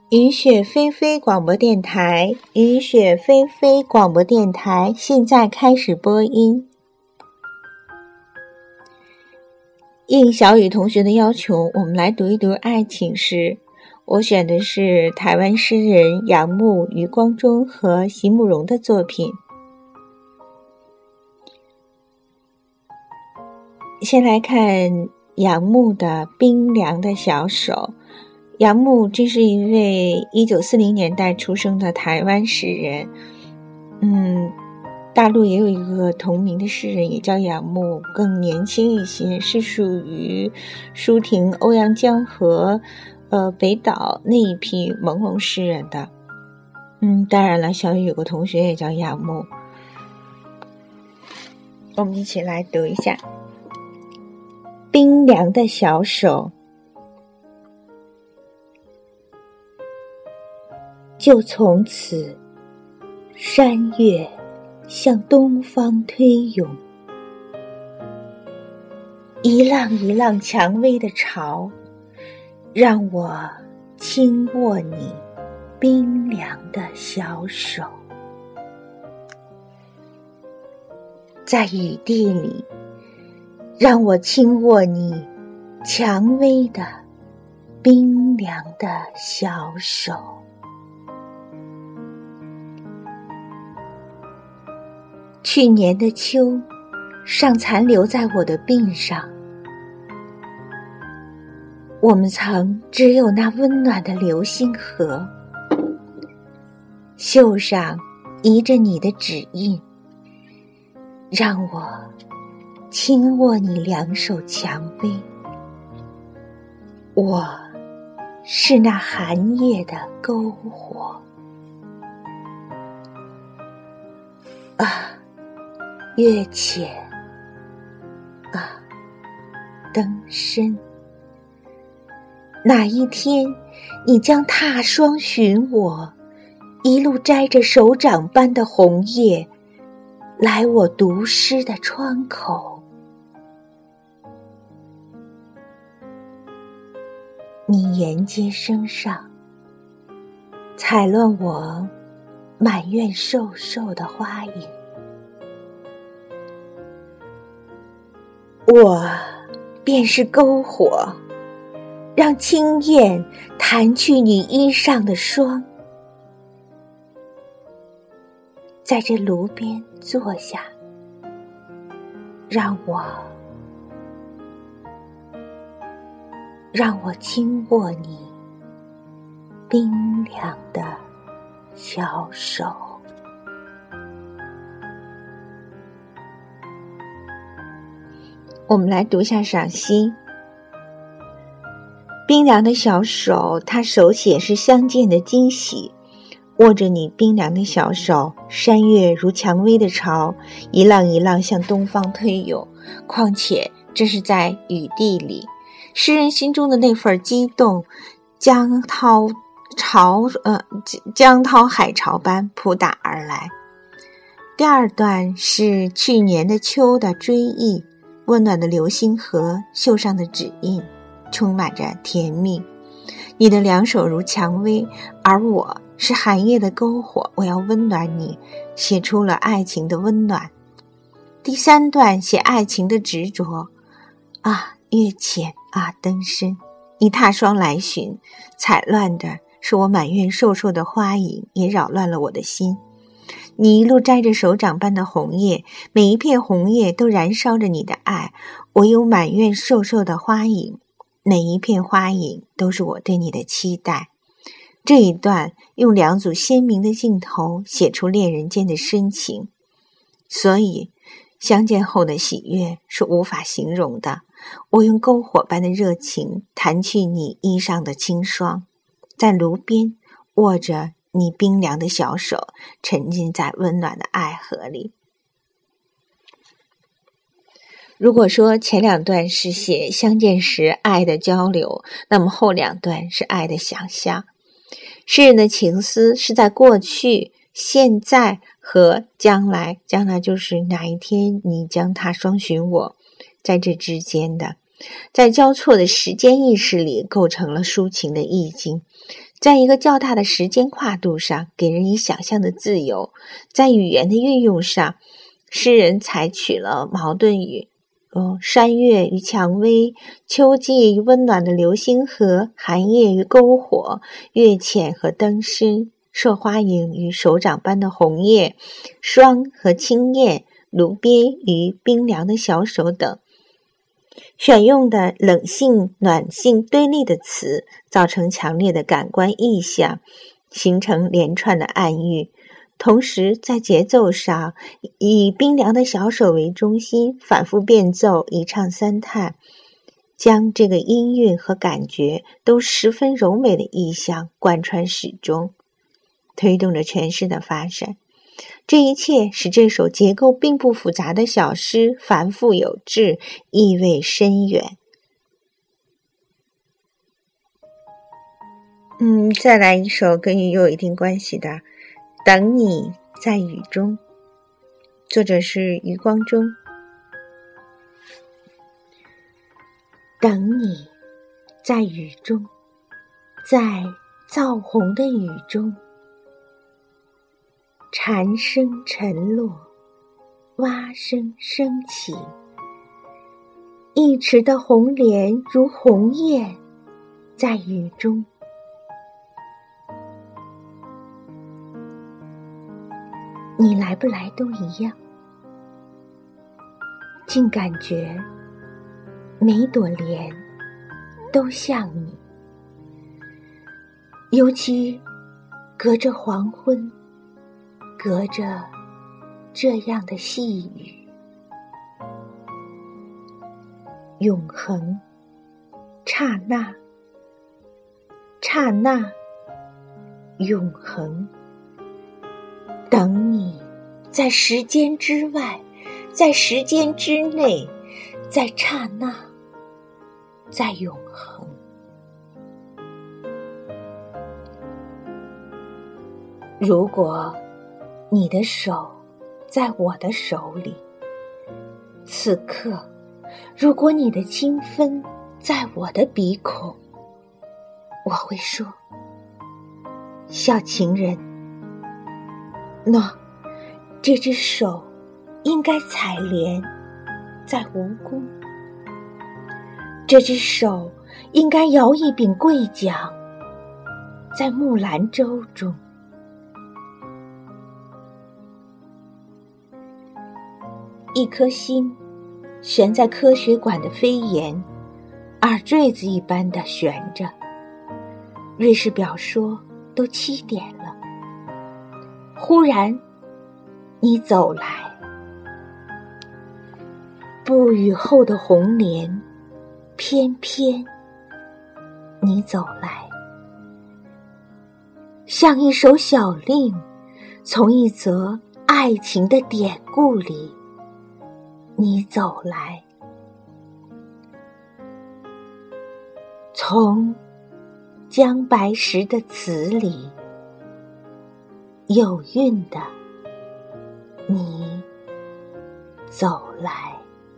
雨雪霏霏广播电台，雨雪霏霏广播电台现在开始播音。应小雨同学的要求，我们来读一读爱情诗。我选的是台湾诗人杨牧、余光中和席慕容的作品。先来看杨牧的《冰凉的小手》。杨牧这是一位1940年代出生的台湾诗人，大陆也有一个同名的诗人也叫杨牧，更年轻一些，是属于舒婷、欧阳江河、北岛那一批朦胧诗人的。当然了，小雨有个同学也叫杨牧。我们一起来读一下冰凉的小手。就从此，山岳向东方推涌，一浪一浪蔷薇的潮，让我轻握你冰凉的小手。在雨地里，让我轻握你蔷薇的冰凉的小手。去年的秋尚残留在我的鬓上，我们曾只有那温暖的流星河，袖上移着你的指印，让我轻握你两手蔷薇。我是那寒夜的篝火啊，月浅啊，灯深。哪一天你将踏霜寻我，一路摘着手掌般的红叶，来我读诗的窗口。你沿街升上，踩乱我满院瘦瘦的花影。我便是篝火，让青焰弹去你衣上的霜。在这炉边坐下，让我轻握你冰凉的小手。我们来读一下赏析。冰凉的小手，他手写是相见的惊喜。握着你冰凉的小手，山岳如蔷薇的潮，一浪一浪向东方推涌。况且这是在雨地里，诗人心中的那份激动，江涛海潮般扑打而来。第二段是去年的秋的追忆，温暖的流星河，袖上的指印，充满着甜蜜。你的两手如蔷薇，而我是寒夜的篝火，我要温暖你，写出了爱情的温暖。第三段写爱情的执着啊，月浅啊，灯深。你踏霜来寻，踩乱的是我满院瘦瘦的花影，也扰乱了我的心。你一路摘着手掌般的红叶，每一片红叶都燃烧着你的爱。我有满院瘦瘦的花影，每一片花影都是我对你的期待。这一段用两组鲜明的镜头写出恋人间的深情，所以相见后的喜悦是无法形容的。我用篝火般的热情弹去你衣上的清霜，在炉边握着你冰凉的小手，沉浸在温暖的爱河里。如果说前两段是写相见时爱的交流，那么后两段是爱的想象。诗人的情思是在过去、现在和将来，将来就是哪一天你将踏霜寻我，在这之间的，在交错的时间意识里构成了抒情的意境。 在一个较大的时间跨度上，给人以想象的自由。在语言的运用上，诗人采取了矛盾语，山岳与蔷薇，秋季与温暖的流星河，寒夜与篝火，月浅和灯深，射花影与手掌般的红叶，霜和青叶，炉边与冰凉的小手等。选用的冷性、暖性对立的词，造成强烈的感官意象，形成连串的暗喻。同时在节奏上，以冰凉的小手为中心，反复变奏，一唱三叹，将这个音韵和感觉都十分柔美的意象贯穿始终，推动着全诗的发展。这一切使这首结构并不复杂的小诗繁复有致，意味深远。再来一首跟雨有一定关系的《等你在雨中》，作者是余光中。等你在雨中，在燥红的雨中，蝉声沉落，蛙声升起，一池的红莲如红叶在雨中。你来不来都一样，竟感觉每朵莲都像你，尤其隔着黄昏，隔着这样的细雨。永恒，刹那，刹那，永恒。等你在时间之外，在时间之内，在刹那，在永恒。如果你的手在我的手里，此刻，如果你的清芬在我的鼻孔，我会说，小情人，这只手应该采莲在蜈蚣，这只手应该摇一柄桂桨在木兰舟中。一颗心悬在科学馆的飞檐，耳坠子一般的悬着。瑞士表说都7点了，忽然你走来，不雨后的红莲，偏偏你走来，像一首小令，从一则爱情的典故里你走来，从姜白石的词里有韵的你走来。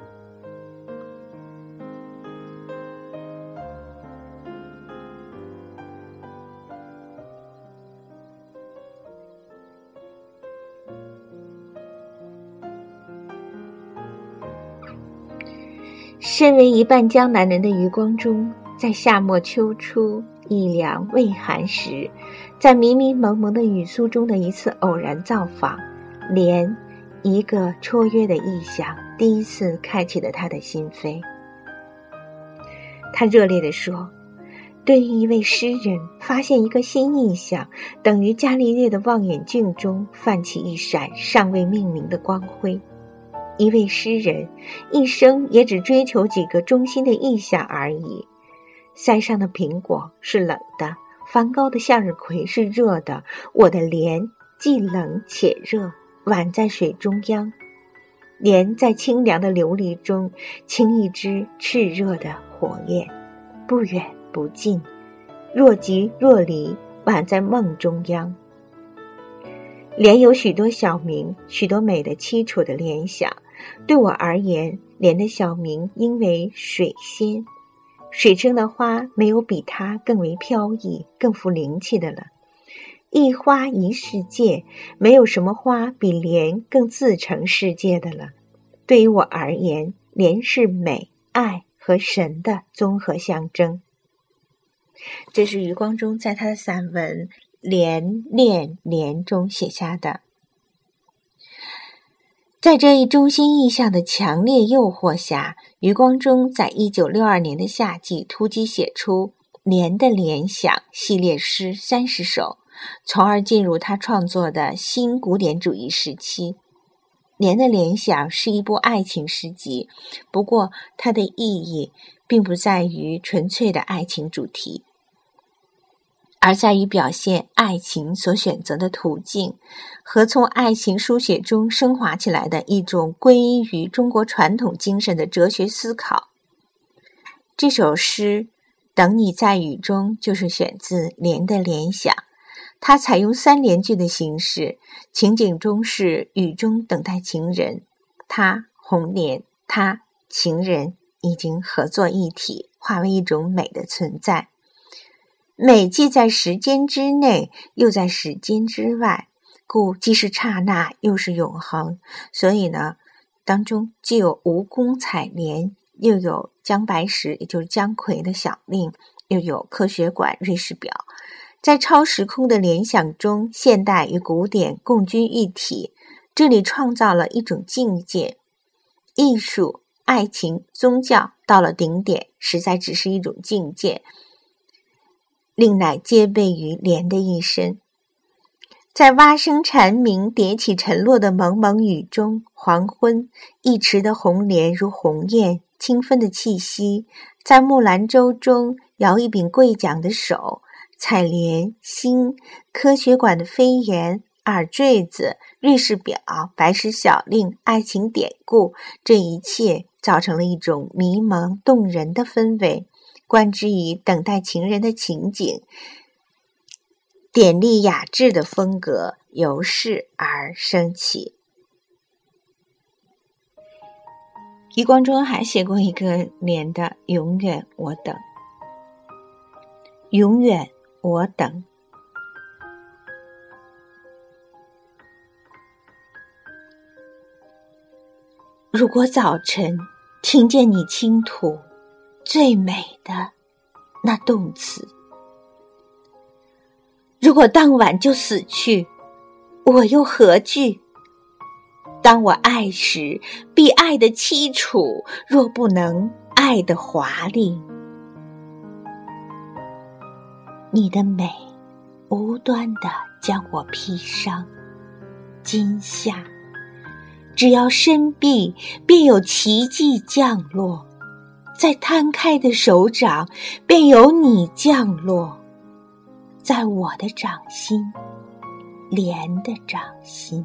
身为一半江南人的余光中，在夏末秋初一凉未寒时，在迷迷蒙蒙的雨苏中的一次偶然造访，莲一个绰约的意象第一次开启了他的心扉。他热烈地说，对于一位诗人发现一个新意象，等于伽利略的望远镜中泛起一闪尚未命名的光辉。一位诗人一生也只追求几个中心的意象而已。塞上的苹果是冷的，梵高的向日葵是热的，我的莲既冷且热，宛在水中央。莲在清凉的琉璃中倾一支炽热的火焰，不远不近，若即若离，宛在梦中央。莲有许多小名，许多美的凄楚的联想。对我而言，莲的小名应为水仙， 水中的花没有比它更为飘逸、更富灵气的了。一花一世界，没有什么花比莲更自成世界的了。对于我而言，莲是美、爱和神的综合象征。这是余光中在他的散文《莲恋莲》中写下的。在这一中心意象的强烈诱惑下，余光中在1962年的夏季突击写出《莲的联想》系列诗30首，从而进入他创作的新古典主义时期。《莲的联想》是一部爱情诗集，不过它的意义并不在于纯粹的爱情主题，而在于表现爱情所选择的途径和从爱情书写中升华起来的一种归因于中国传统精神的哲学思考。这首诗《等你在雨中》就是选自《莲的联想》，它采用3联句的形式，情景中是雨中等待情人，他红莲，他情人已经合作一体，化为一种美的存在。美既在时间之内，又在时间之外，故既是刹那，又是永恒。所以呢，当中既有蜈蚣采莲，又有姜白石，也就是姜夔的小令，又有科学馆瑞士表。在超时空的联想中，现代与古典共居一体，这里创造了一种境界。艺术、爱情、宗教到了顶点，实在只是一种境界，令乃皆备于莲的一身。在蛙声蝉鸣叠起沉落的蒙蒙雨中，黄昏，一池的红莲如鸿雁，清芬的气息，在木兰舟中摇一柄桂桨的手，采莲、星、科学馆的飞檐、耳坠子、瑞士表、白石小令、爱情典故，这一切造成了一种迷蒙动人的氛围。观之于等待情人的情景，典丽雅致的风格由是而生起。余光中还写过一个莲的永远我等。永远我等，如果早晨听见你倾吐最美的那动词，如果当晚就死去，我又何惧？当我爱时，必爱得凄楚，若不能爱得华丽。你的美无端地将我披上今夏，只要伸臂，便有奇迹降落，在摊开的手掌，便有你降落，在我的掌心，莲的掌心。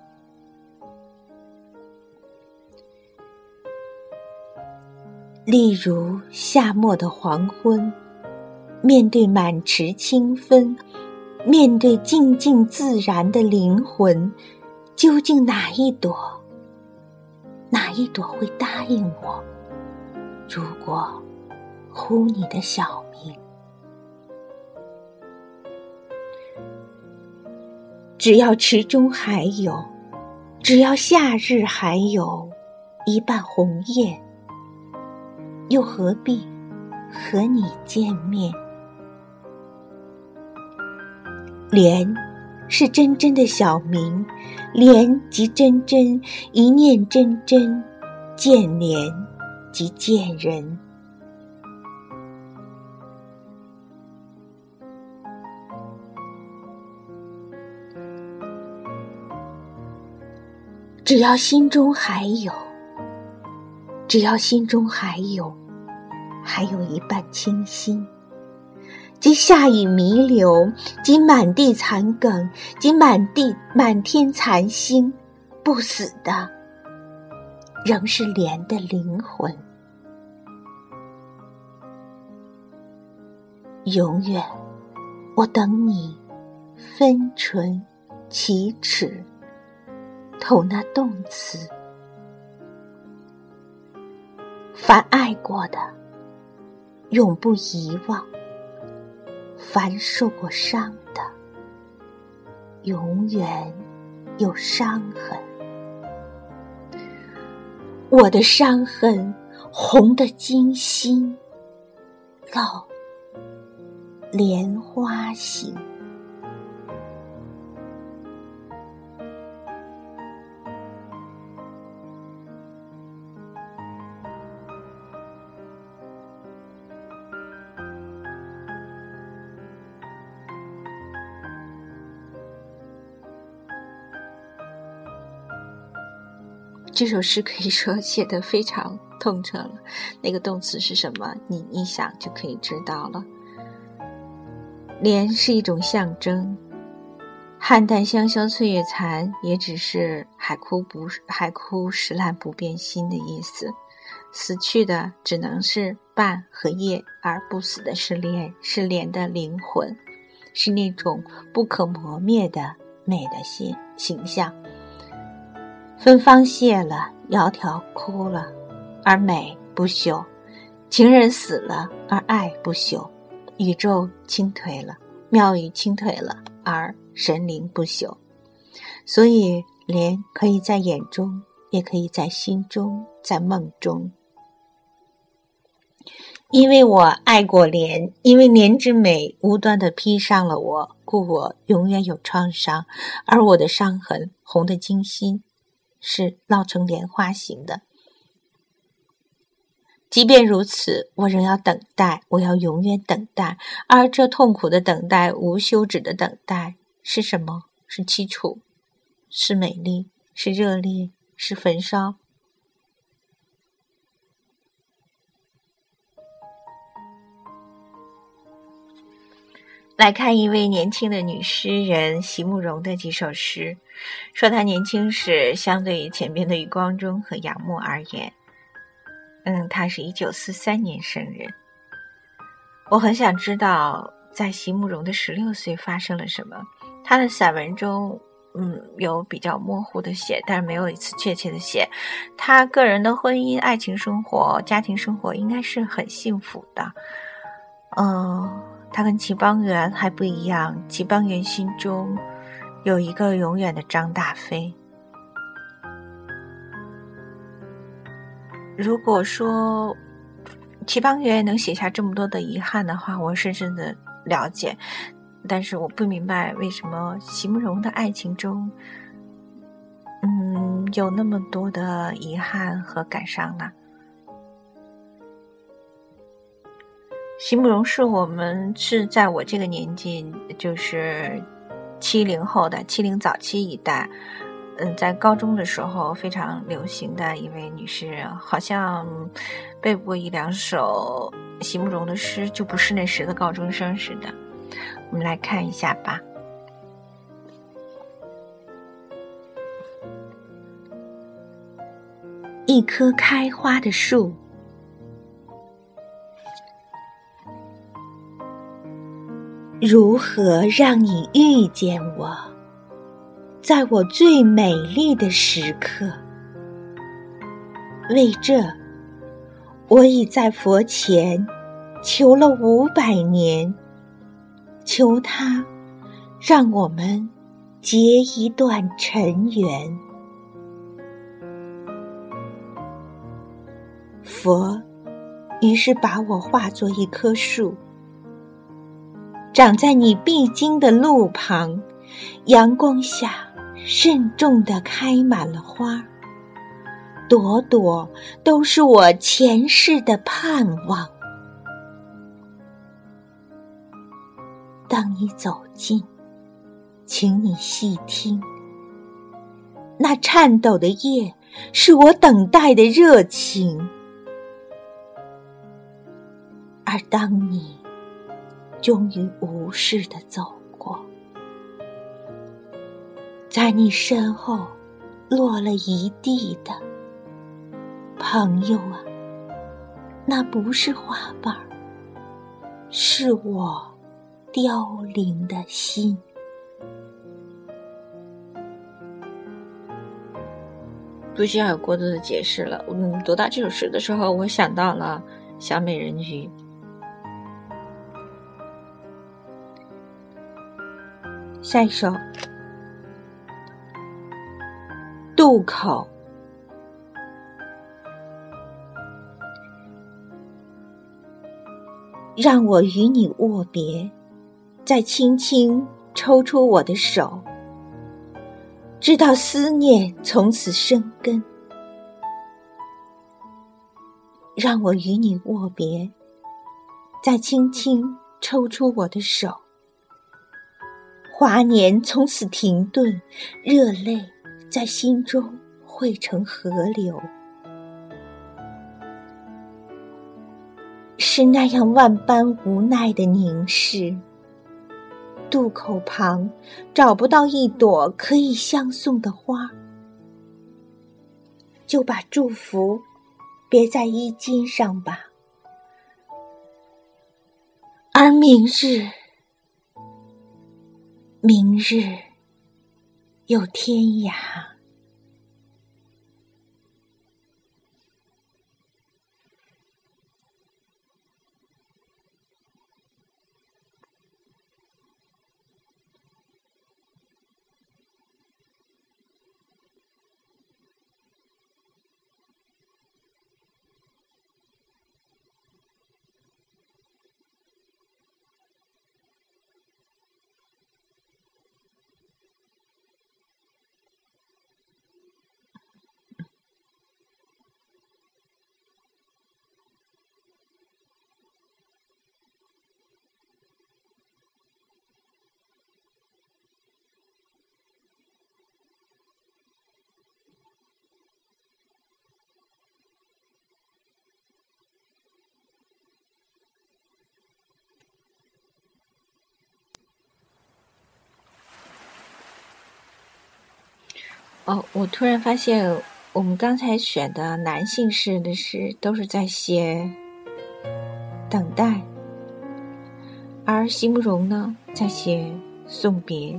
例如夏末的黄昏，面对满池清芬，面对静静自然的灵魂，究竟哪一朵会答应我？如果呼你的小名，只要池中还有，只要夏日还有一瓣红叶，又何必和你见面？莲是真真的小名，莲即真真，一念真真，见莲即见人。只要心中还有，只要心中还有一半清新，即夏雨弥留，即满地残梗，即满天残星，不死的仍是莲的灵魂。永远我等你分唇启齿，透那动词。凡爱过的永不遗忘。凡受过伤的，永远有伤痕。我的伤痕红得惊心，烙莲花形。这首诗可以说写得非常透彻了，那个动词是什么，你一想就可以知道了。莲是一种象征，菡萏香消翠叶残也只是海枯石烂不变心的意思。死去的只能是瓣和叶，而不死的是莲，是莲的灵魂，是那种不可磨灭的美的形象。芬芳谢了，窈窕枯了，而美不朽；情人死了，而爱不朽；宇宙倾颓了，庙宇倾颓了，而神灵不朽。所以莲可以在眼中，也可以在心中，在梦中。因为我爱过莲，因为莲之美无端地披上了我，故我永远有创伤，而我的伤痕红得惊心，是烙成莲花形的。即便如此，我仍要等待，我要永远等待。而这痛苦的等待，无休止的等待，是什么？是凄楚，是美丽，是热烈，是焚烧。来看一位年轻的女诗人席慕容的几首诗，说她年轻时相对于前边的余光中和杨牧而言，她是1943年生人。我很想知道在席慕容的16岁发生了什么。她的散文中有比较模糊的写，但是没有一次确切的写。她个人的婚姻、爱情生活、家庭生活应该是很幸福的。他跟齐邦媛还不一样，齐邦媛心中有一个永远的张大飞。如果说齐邦媛能写下这么多的遗憾的话，我深深的了解，但是我不明白为什么席慕容的爱情中有那么多的遗憾和感伤呢？席慕容是在我这个年纪，就是70后的70早期一代，在高中的时候非常流行的一位女诗人，好像背过一两首席慕容的诗，就不是那时的高中生似的。我们来看一下吧。一棵开花的树，如何让你遇见我，在我最美丽的时刻？为这，我已在佛前求了500年，求他让我们结一段尘缘。佛于是把我化作一棵树，长在你必经的路旁，阳光下慎重地开满了花，朵朵都是我前世的盼望。当你走近，请你细听，那颤抖的叶是我等待的热情，而当你终于无视地走过，在你身后落了一地的，朋友啊，那不是花瓣，是我凋零的心。不需要有过多的解释了。读到这首诗的时候，我想到了小美人鱼。 下一首，渡口。让我与你握别，再轻轻抽出我的手，直到思念从此生根。让我与你握别，再轻轻抽出我的手，华年从此停顿，热泪在心中汇成河流。是那样万般无奈的凝视，渡口旁找不到一朵可以相送的花，就把祝福别在衣襟上吧。而明日有天涯。我突然发现我们刚才选的男性诗的诗都是在写等待，而席慕容呢在写送别。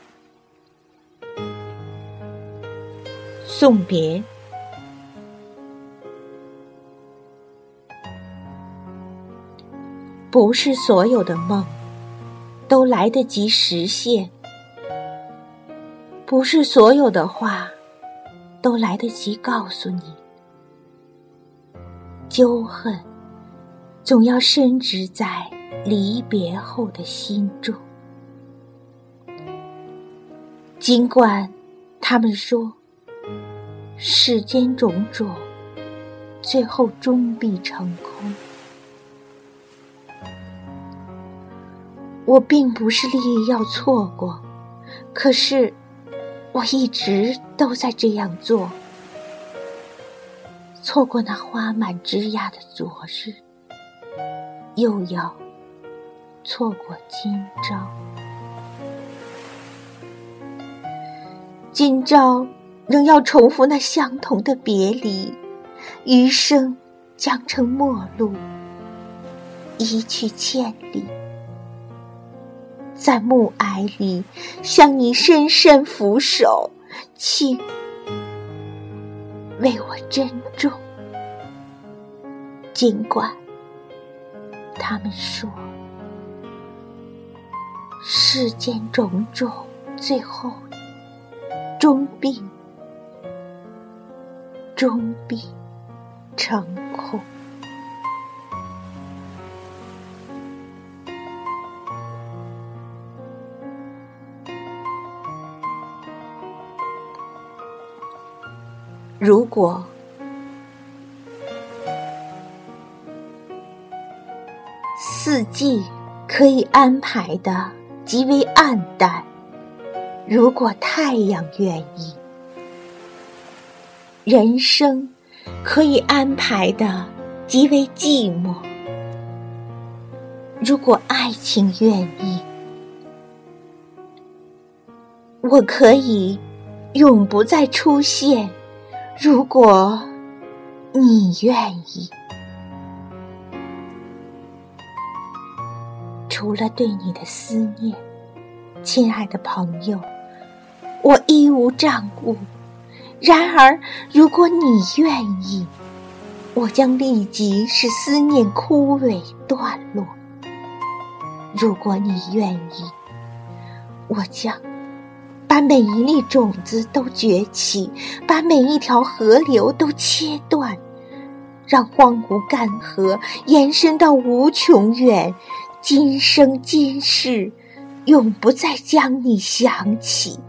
送别，不是所有的梦都来得及实现，不是所有的话都来得及告诉你，揪恨总要深植在离别后的心中。尽管他们说世间种种最后终必成空，我并不是立意要错过，可是我一直都在这样做。错过那花满枝桠的昨日，又要错过今朝。今朝仍要重复那相同的别离，余生将成陌路，一去千里。在暮霭里向你深深俯首，请为我珍重。尽管他们说世间种种最后终必成空。如果四季可以安排的极为暗淡，如果太阳愿意，人生可以安排的极为寂寞，如果爱情愿意，我可以永不再出现，如果你愿意。除了对你的思念，亲爱的朋友，我一无障物。然而如果你愿意，我将立即使思念枯萎断落。如果你愿意， 我将把每一粒种子都崛起，把每一条河流都切断，让荒芜干涸延伸到无穷远，今生今世永不再将你想起。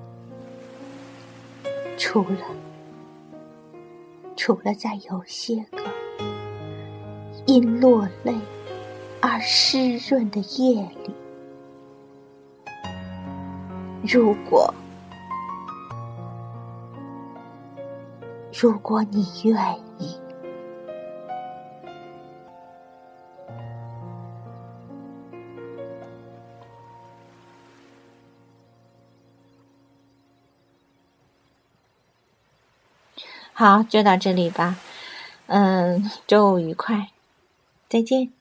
除了在有些个因落泪而湿润的夜里，如果你愿意。好，就到这里吧。周五愉快，再见。